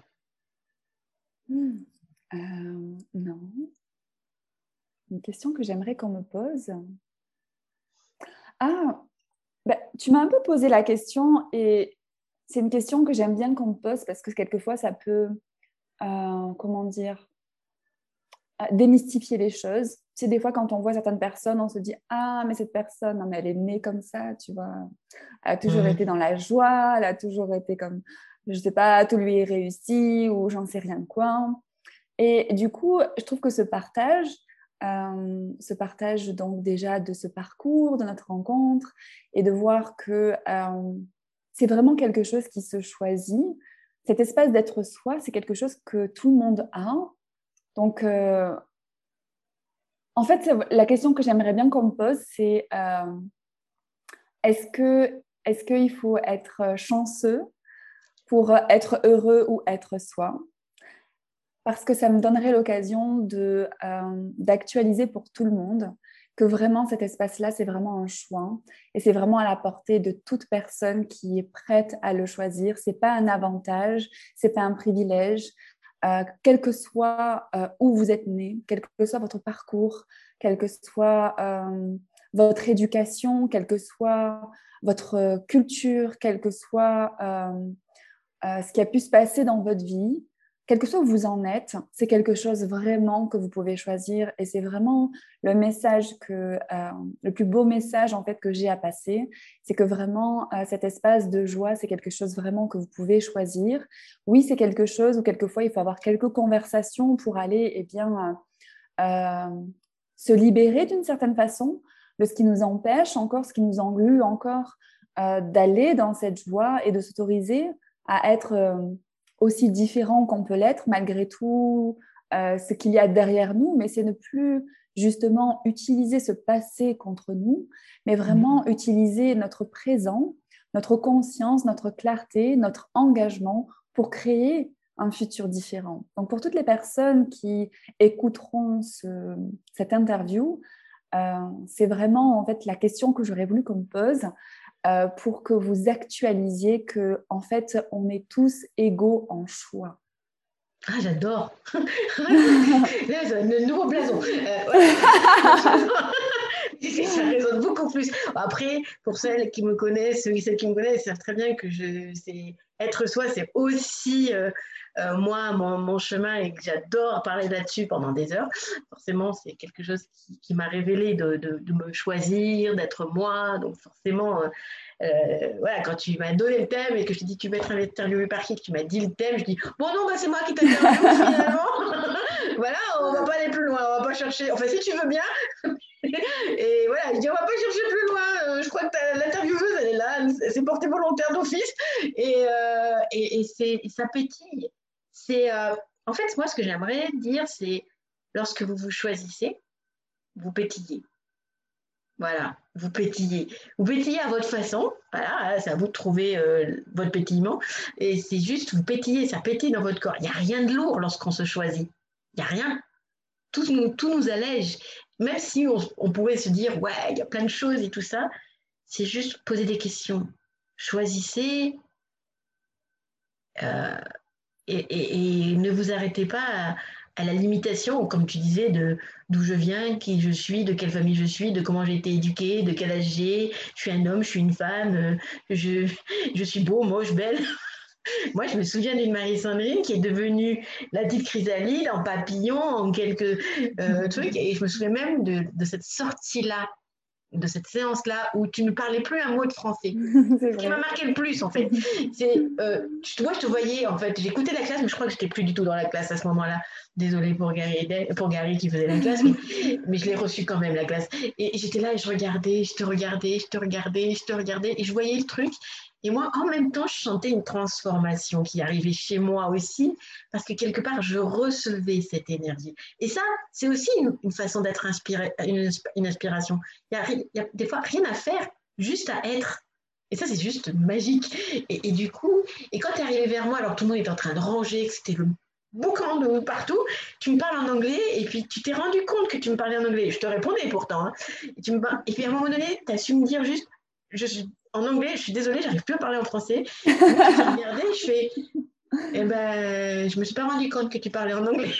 Non. Une question que j'aimerais qu'on me pose. Ah, ben, tu m'as un peu posé la question et c'est une question que j'aime bien qu'on me pose parce que quelquefois ça peut, comment dire, démystifier les choses. C'est des fois quand on voit certaines personnes, on se dit ah mais cette personne, non, mais elle est née comme ça, tu vois. Elle a toujours été dans la joie, elle a toujours été comme, je sais pas, tout lui est réussi ou j'en sais rien quoi. Et du coup, je trouve que ce partage donc déjà de ce parcours, de notre rencontre, et de voir que c'est vraiment quelque chose qui se choisit. Cet espace d'être soi, c'est quelque chose que tout le monde a. Donc, en fait, la question que j'aimerais bien qu'on me pose, c'est est-ce qu'il faut être chanceux pour être heureux ou être soi? Parce que ça me donnerait l'occasion d'actualiser pour tout le monde que vraiment cet espace-là, c'est vraiment un choix et c'est vraiment à la portée de toute personne qui est prête à le choisir. C'est pas un avantage, c'est pas un privilège. Quel que soit où vous êtes né, quel que soit votre parcours, quelle que soit votre éducation, quelle que soit votre culture, quel que soit ce qui a pu se passer dans votre vie, quel que soit où vous en êtes, c'est quelque chose vraiment que vous pouvez choisir et c'est vraiment le plus beau message en fait que j'ai à passer, c'est que vraiment cet espace de joie, c'est quelque chose vraiment que vous pouvez choisir. Oui, c'est quelque chose où quelquefois il faut avoir quelques conversations pour aller se libérer d'une certaine façon de ce qui nous empêche encore, ce qui nous englue encore d'aller dans cette joie et de s'autoriser à être aussi différent qu'on peut l'être malgré tout ce qu'il y a derrière nous, mais c'est ne plus justement utiliser ce passé contre nous, mais vraiment utiliser notre présent, notre conscience, notre clarté, notre engagement pour créer un futur différent. Donc pour toutes les personnes qui écouteront cette interview, c'est vraiment en fait la question que j'aurais voulu qu'on me pose pour que vous actualisiez que en fait on est tous égaux en choix. Ah, j'adore. C'est un nouveau blason. Ouais. Ça résonne beaucoup plus. Après, pour celles qui me connaissent, ceux et celles qui me connaissent, savent très bien que être soi, c'est aussi moi, mon chemin et que j'adore parler là-dessus pendant des heures. Forcément, c'est quelque chose qui m'a révélé de me choisir, d'être moi. Donc, forcément, voilà, quand tu m'as donné le thème et que je t'ai dit tu vas être interviewé par qui, que tu m'as dit le thème, je dis bon non, bah, c'est moi qui t'interviewe finalement. Voilà, on va pas aller plus loin, on va pas chercher. Enfin, si tu veux bien. Et voilà, je dis on va pas chercher plus loin. Je crois que l'intervieweuse elle est là, c'est porté volontaire d'office et ça pétille. C'est en fait moi ce que j'aimerais dire c'est lorsque vous vous choisissez, vous pétillez. Voilà, vous pétillez. Vous pétillez à votre façon. Voilà, c'est à vous de trouver votre pétillement. Et c'est juste, vous pétillez, ça pétille dans votre corps. Il n'y a rien de lourd lorsqu'on se choisit. Il n'y a rien. Tout nous allège. Même si on pourrait se dire, ouais, il y a plein de choses et tout ça, c'est juste poser des questions. Choisissez euh, et ne vous arrêtez pas à la limitation, comme tu disais, de d'où je viens, qui je suis, de quelle famille je suis, de comment j'ai été éduquée, de quel âge j'ai, je suis un homme, je suis une femme, je, je suis beau, moche, belle. Moi, je me souviens d'une Marie-Sandrine qui est devenue la petite chrysalide en papillon, en quelques trucs, et je me souviens même de cette sortie-là, de cette séance-là où tu ne parlais plus un mot de français. C'est Ce qui m'a vrai. marqué le plus, en fait, c'est, toi, je te voyais, en fait, j'écoutais la classe, mais je crois que j'étais plus du tout dans la classe à ce moment-là. Désolée pour Gary qui faisait la classe, mais je l'ai reçu quand même, la classe. Et j'étais là et je regardais, je te regardais, je te regardais, je te regardais, et je voyais le truc. Et moi, en même temps, je sentais une transformation qui arrivait chez moi aussi, parce que quelque part, je recevais cette énergie. Et ça, c'est aussi une façon d'être inspiré, une inspiration. Il y a des fois rien à faire, juste à être. Et ça, c'est juste magique. Et du coup, et quand tu es arrivé vers moi, alors tout le monde était en train de ranger, que c'était le boucan de partout, tu me parles en anglais, et puis tu t'es rendu compte que tu me parlais en anglais. Je te répondais pourtant. Hein. Et puis à un moment donné, tu as su me dire juste, je suis en anglais, je suis désolée, j'arrive plus à parler en français. Et moi, je t'ai regardé, je fais, eh ben, je me suis pas rendu compte que tu parlais en anglais.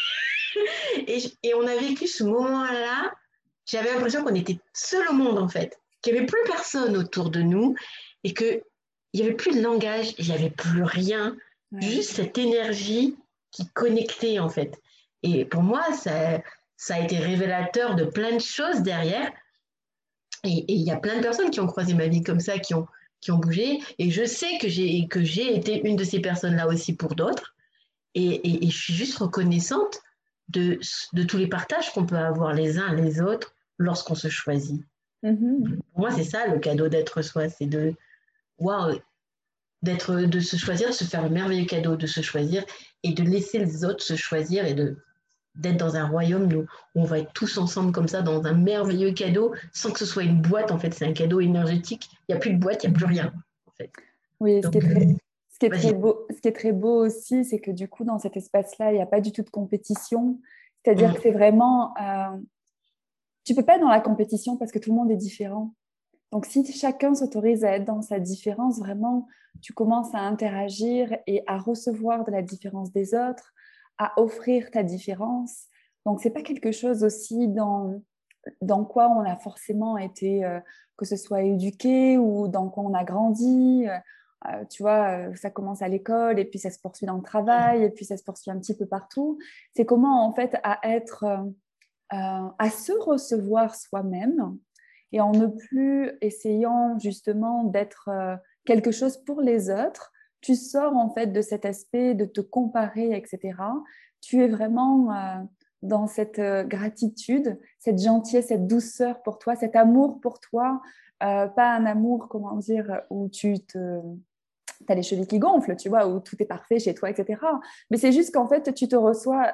Et on a vécu ce moment-là, j'avais l'impression qu'on était seul au monde en fait, qu'il n'y avait plus personne autour de nous et qu'il n'y avait plus de langage, il n'y avait plus rien, Ouais. juste cette énergie qui connectait en fait. Et pour moi, ça a été révélateur de plein de choses derrière. Et il y a plein de personnes qui ont croisé ma vie comme ça, qui ont bougé. Et je sais que j'ai été une de ces personnes-là aussi pour d'autres. Et je suis juste reconnaissante de tous les partages qu'on peut avoir les uns les autres lorsqu'on se choisit. Mhm. Pour moi, c'est ça le cadeau d'être soi, c'est de, waouh, de se choisir, de se faire le merveilleux cadeau de se choisir et de laisser les autres se choisir et d'être dans un royaume où on va être tous ensemble comme ça dans un merveilleux cadeau sans que ce soit une boîte. En fait, c'est un cadeau énergétique. Il n'y a plus de boîte, il n'y a plus rien. En fait. Oui, Donc, très vas-y. beau, ce qui est très beau aussi, c'est que du coup, dans cet espace-là, il n'y a pas du tout de compétition. C'est-à-dire que Mm. c'est vraiment, tu peux pas être dans la compétition parce que tout le monde est différent. Donc, si chacun s'autorise à être dans sa différence, vraiment, tu commences à interagir et à recevoir de la différence des autres, à offrir ta différence. Donc, c'est pas quelque chose aussi dans quoi on a forcément été, que ce soit éduqué ou dans quoi on a grandi. Tu vois, ça commence à l'école et puis ça se poursuit dans le travail et puis ça se poursuit un petit peu partout. C'est comment, en fait, à se recevoir soi-même et en ne plus essayant justement d'être quelque chose pour les autres. Tu sors en fait de cet aspect de te comparer, etc. Tu es vraiment dans cette gratitude, cette gentillesse, cette douceur pour toi, cet amour pour toi, pas un amour, comment dire, où as les chevilles qui gonflent, tu vois, où tout est parfait chez toi, etc. Mais c'est juste qu'en fait, tu te reçois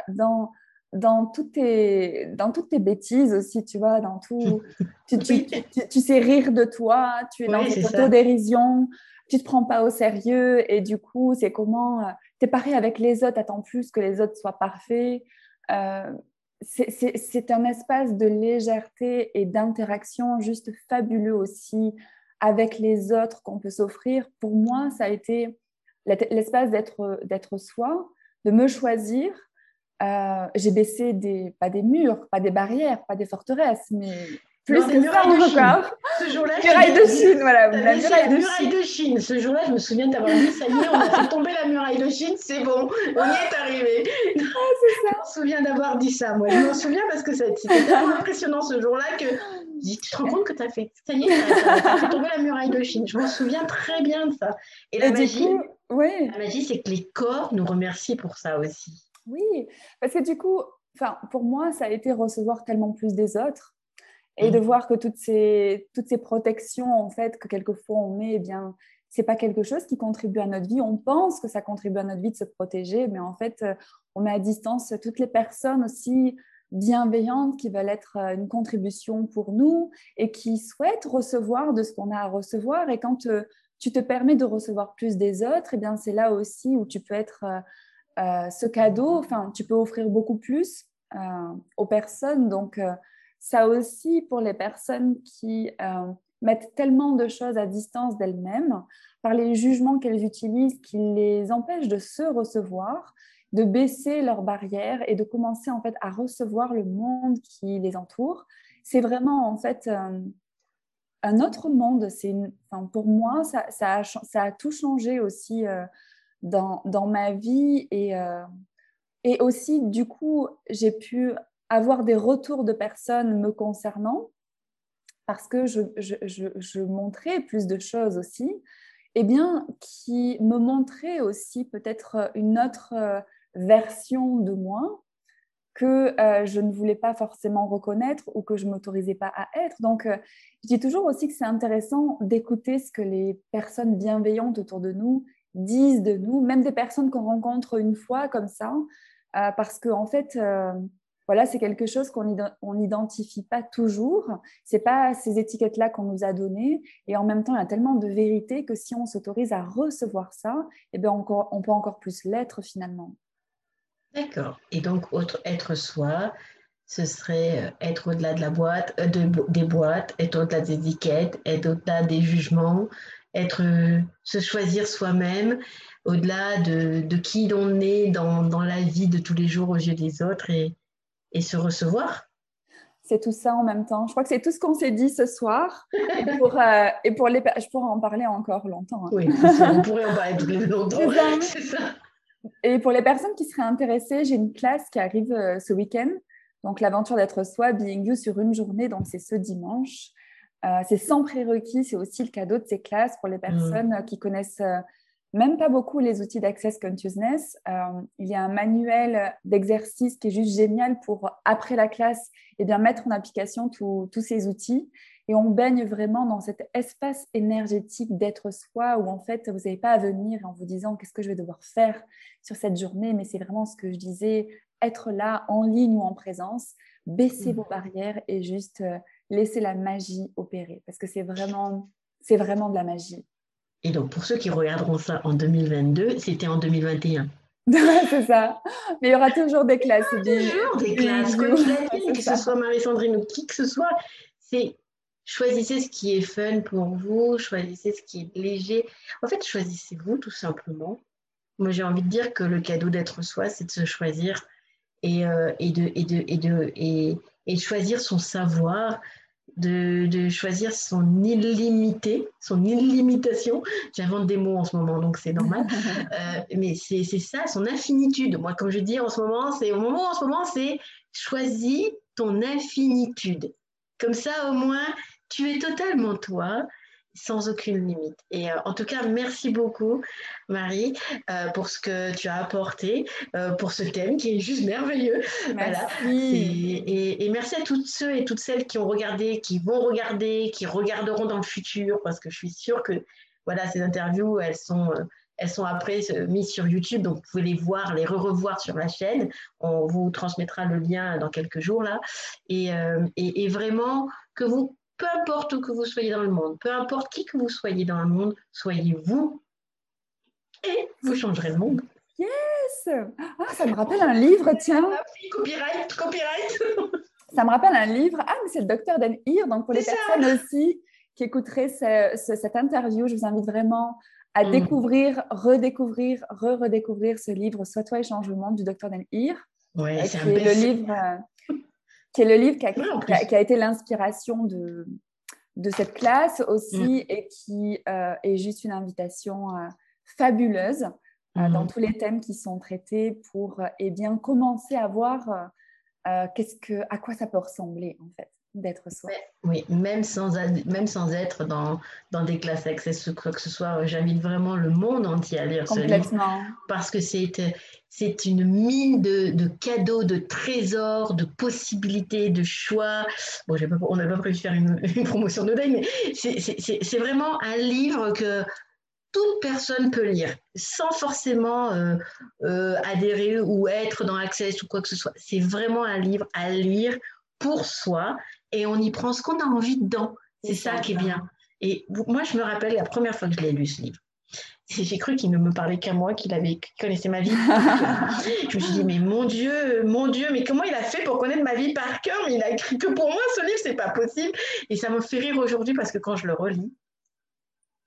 dans toutes tes bêtises aussi, tu vois, dans tout. Oui, Tu sais rire de toi, tu es dans oui, c'est cette ça. autodérision, tu te prends pas au sérieux et du coup, c'est comment t'es pareil avec les autres, attends plus que les autres soient parfaits. Euh, c'est un espace de légèreté et d'interaction juste fabuleux aussi avec les autres qu'on peut s'offrir. Pour moi, ça a été l'espace d'être soi, de me choisir. J'ai baissé pas des murs, pas des barrières, pas des forteresses, mais Non, plus des que ça murailles de Chine. encore. Ce jour-là, je Muraille de t'ai Chine, voilà, as la baissé muraille la de muraille Chine. de Chine. Ce jour-là, je me souviens d'avoir dit, ça y est, on a fait tomber la muraille de Chine, c'est bon, on y est arrivé. C'est Je ça. m'en souviens d'avoir dit ça, moi. Je m'en souviens parce que c'était tellement impressionnant ce jour-là que je dis, tu te rends compte que tu as fait, ça y est, t'as fait tomber la muraille de Chine. Je m'en souviens très bien de ça. Et Et du coup, oui, la magie, c'est que les corps nous remercient pour ça aussi. oui, parce que du coup, enfin, pour moi, ça a été recevoir tellement plus des autres et de Mm. voir que toutes ces protections, en fait, que quelquefois on met, eh bien, c'est pas quelque chose qui contribue à notre vie. On pense que ça contribue à notre vie de se protéger, mais en fait, on met à distance toutes les personnes aussi bienveillantes qui veulent être une contribution pour nous et qui souhaitent recevoir de ce qu'on a à recevoir. Et quand tu te permets de recevoir plus des autres, eh bien, c'est là aussi où tu peux être ce cadeau, enfin, tu peux offrir beaucoup plus aux personnes. Donc, ça aussi, pour les personnes qui mettent tellement de choses à distance d'elles-mêmes, par les jugements qu'elles utilisent, qui les empêchent de se recevoir, de baisser leurs barrières et de commencer en fait à recevoir le monde qui les entoure. C'est vraiment en fait un autre monde. Enfin, pour moi, ça a tout changé aussi dans ma vie et aussi du coup, j'ai pu avoir des retours de personnes me concernant parce que je montrais plus de choses aussi, eh bien, qui me montraient aussi peut-être une autre version de moi que je ne voulais pas forcément reconnaître ou que je ne m'autorisais pas à être. Donc, je dis toujours aussi que c'est intéressant d'écouter ce que les personnes bienveillantes autour de nous disent de nous, même des personnes qu'on rencontre une fois comme ça, parce qu'en fait, voilà, c'est quelque chose qu'on n'identifie pas toujours. Ce n'est pas ces étiquettes-là qu'on nous a données. Et en même temps, il y a tellement de vérité que si on s'autorise à recevoir ça, eh bien, on peut encore plus l'être finalement. D'accord. Et donc, être soi, ce serait être au-delà de la boîte, des boîtes, être au-delà des étiquettes, être au-delà des jugements, se choisir soi-même, au-delà de qui l'on est dans la vie de tous les jours aux yeux des autres et se recevoir. C'est tout ça en même temps. Je crois que c'est tout ce qu'on s'est dit ce soir. Et pour je pourrais en parler encore longtemps. Hein. Oui, c'est ça. On pourrait en parler tous les longtemps. C'est ça. C'est ça. Et pour les personnes qui seraient intéressées, j'ai une classe qui arrive ce week-end. Donc, l'aventure d'être soi, Being You sur une journée. Donc, c'est ce dimanche. C'est sans prérequis. C'est aussi le cadeau de ces classes pour les personnes qui connaissent même pas beaucoup les outils d'Access Consciousness. Il y a un manuel d'exercice qui est juste génial pour, après la classe, eh bien, mettre en application tous ces outils. Et on baigne vraiment dans cet espace énergétique d'être soi où en fait, vous n'avez pas à venir en vous disant qu'est-ce que je vais devoir faire sur cette journée, mais c'est vraiment ce que je disais, être là en ligne ou en présence, baisser vos barrières et juste laisser la magie opérer parce que c'est vraiment de la magie. Et donc, pour ceux qui regarderont ça en 2022, c'était en 2021. C'est ça. Mais il y aura toujours des classes. Il y aura toujours des classes. Comme je l'ai dit, que ce soit Marie-Sandrine ou qui que ce soit, c'est choisissez ce qui est fun pour vous, choisissez ce qui est léger. En fait, choisissez-vous tout simplement. Moi, j'ai envie de dire que le cadeau d'être soi, c'est de se choisir et de choisir son savoir, de choisir son illimité, son illimitation. J'invente des mots en ce moment, donc c'est normal. Mais c'est ça, son infinitude. Moi, comme je dis en ce moment, c'est choisis ton infinitude. Comme ça, au moins, tu es totalement toi, sans aucune limite. Et en tout cas, merci beaucoup, Marie, pour ce que tu as apporté, pour ce thème qui est juste merveilleux. Merci. Voilà. Et merci à toutes ceux et toutes celles qui ont regardé, qui vont regarder, qui regarderont dans le futur, parce que je suis sûre que voilà, ces interviews, elles sont après mises sur YouTube, donc vous pouvez les voir, les revoir sur la chaîne. On vous transmettra le lien dans quelques jours là. Et vraiment, que vous, peu importe où que vous soyez dans le monde, peu importe qui que vous soyez dans le monde, soyez vous et vous changerez le monde. Yes! Ah, ça me rappelle un livre, tiens. Copyright. Ça me rappelle un livre. Ah, mais c'est le Dr. Dan Heer. Donc, pour les personnes aussi qui écouteraient cette interview, je vous invite vraiment à découvrir, redécouvrir, redécouvrir ce livre « Sois toi et change le monde » du Dr. Dan Heer. Ouais, qui est le livre qui a été l'inspiration de cette classe aussi et qui est juste une invitation fabuleuse dans tous les thèmes qui sont traités pour bien commencer à voir à quoi ça peut ressembler en fait d'être soi. Oui, même sans être dans des classes access ou quoi que ce soit, j'invite vraiment le monde entier à lire ce livre parce que c'est une mine de cadeaux, de trésors, de possibilités, de choix. Bon, on n'a pas prévu de faire une promotion de dingue, mais c'est vraiment un livre que toute personne peut lire sans forcément adhérer ou être dans Access ou quoi que ce soit. C'est vraiment un livre à lire pour soi et on y prend ce qu'on a envie dedans. C'est ça qui est bien. Et moi, je me rappelle la première fois que je l'ai lu, ce livre. J'ai cru qu'il ne me parlait qu'à moi, qu'il connaissait ma vie. Je me suis dit, mais mon Dieu, mais comment il a fait pour connaître ma vie par cœur? Mais il a écrit que pour moi, ce livre, c'est pas possible. Et ça me fait rire aujourd'hui parce que quand je le relis,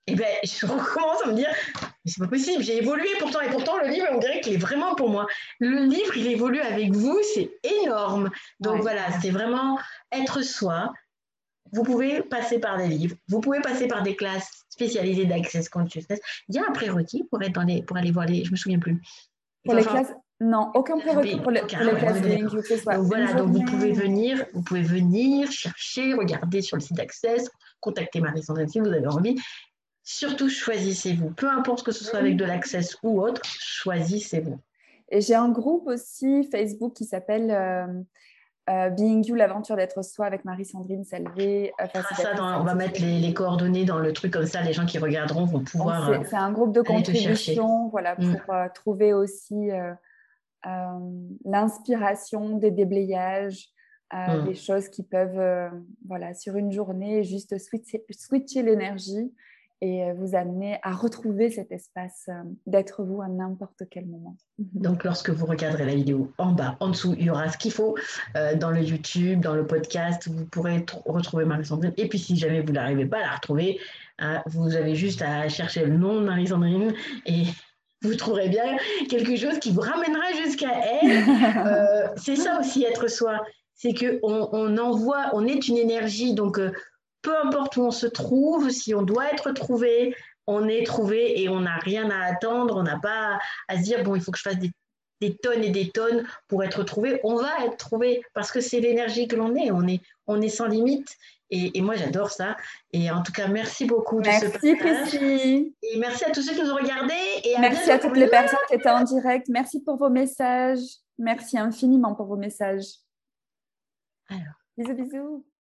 Et ben, je recommence à me dire, mais c'est pas possible, j'ai évolué pourtant, et pourtant le livre, on dirait qu'il est vraiment pour moi. Le livre, il évolue avec vous, c'est énorme. Donc Ouais. voilà, c'est vraiment être soi. Vous pouvez passer par des livres, vous pouvez passer par des classes spécialisées d'Access Consciousness. Il y a un prérequis pour aller voir les, je me souviens plus. Il Pour faut les avoir classes, non, aucun prérequis Ok, pour ah les ouais, on classes est Being d'accord. You, que ce soit Donc une voilà, donc journée. vous pouvez venir chercher, regarder sur le site d'Access, contacter Marie-Sandrine si vous avez envie. Surtout, choisissez-vous. Peu importe que ce soit avec de l'Access ou autre, choisissez-vous. Et j'ai un groupe aussi Facebook qui s'appelle Being You, l'aventure d'être soi avec Marie-Sandrine Salvé, facilitatrice On va mettre certifiée. les coordonnées dans le truc comme ça, les gens qui regarderont vont Donc, pouvoir c'est un groupe de aller te chercher. contribution, voilà, pour trouver aussi l'inspiration, des déblayages, des choses qui peuvent, voilà, sur une journée, juste switcher l'énergie et vous amener à retrouver cet espace d'être vous à n'importe quel moment. Donc, lorsque vous regarderez la vidéo en bas, en dessous, il y aura ce qu'il faut dans le YouTube, dans le podcast. Vous pourrez retrouver Marie-Sandrine. Et puis, si jamais vous n'arrivez pas à la retrouver, vous avez juste à chercher le nom de Marie-Sandrine et vous trouverez bien quelque chose qui vous ramènera jusqu'à elle. C'est ça aussi, être soi. C'est qu'on envoie, on est une énergie. Donc, peu importe où on se trouve, si on doit être trouvé, on est trouvé et on n'a rien à attendre. On n'a pas à se dire, bon, il faut que je fasse des tonnes et des tonnes pour être trouvé. On va être trouvé parce que c'est l'énergie que l'on est. On est sans limite. Et moi, j'adore ça. Et en tout cas, merci beaucoup de ce Merci partage. Priscille. Et merci à tous ceux qui nous ont regardés. Et Merci à toutes les personnes qui étaient en direct. Merci pour vos messages. Merci infiniment pour vos messages. Alors. Bisous, bisous.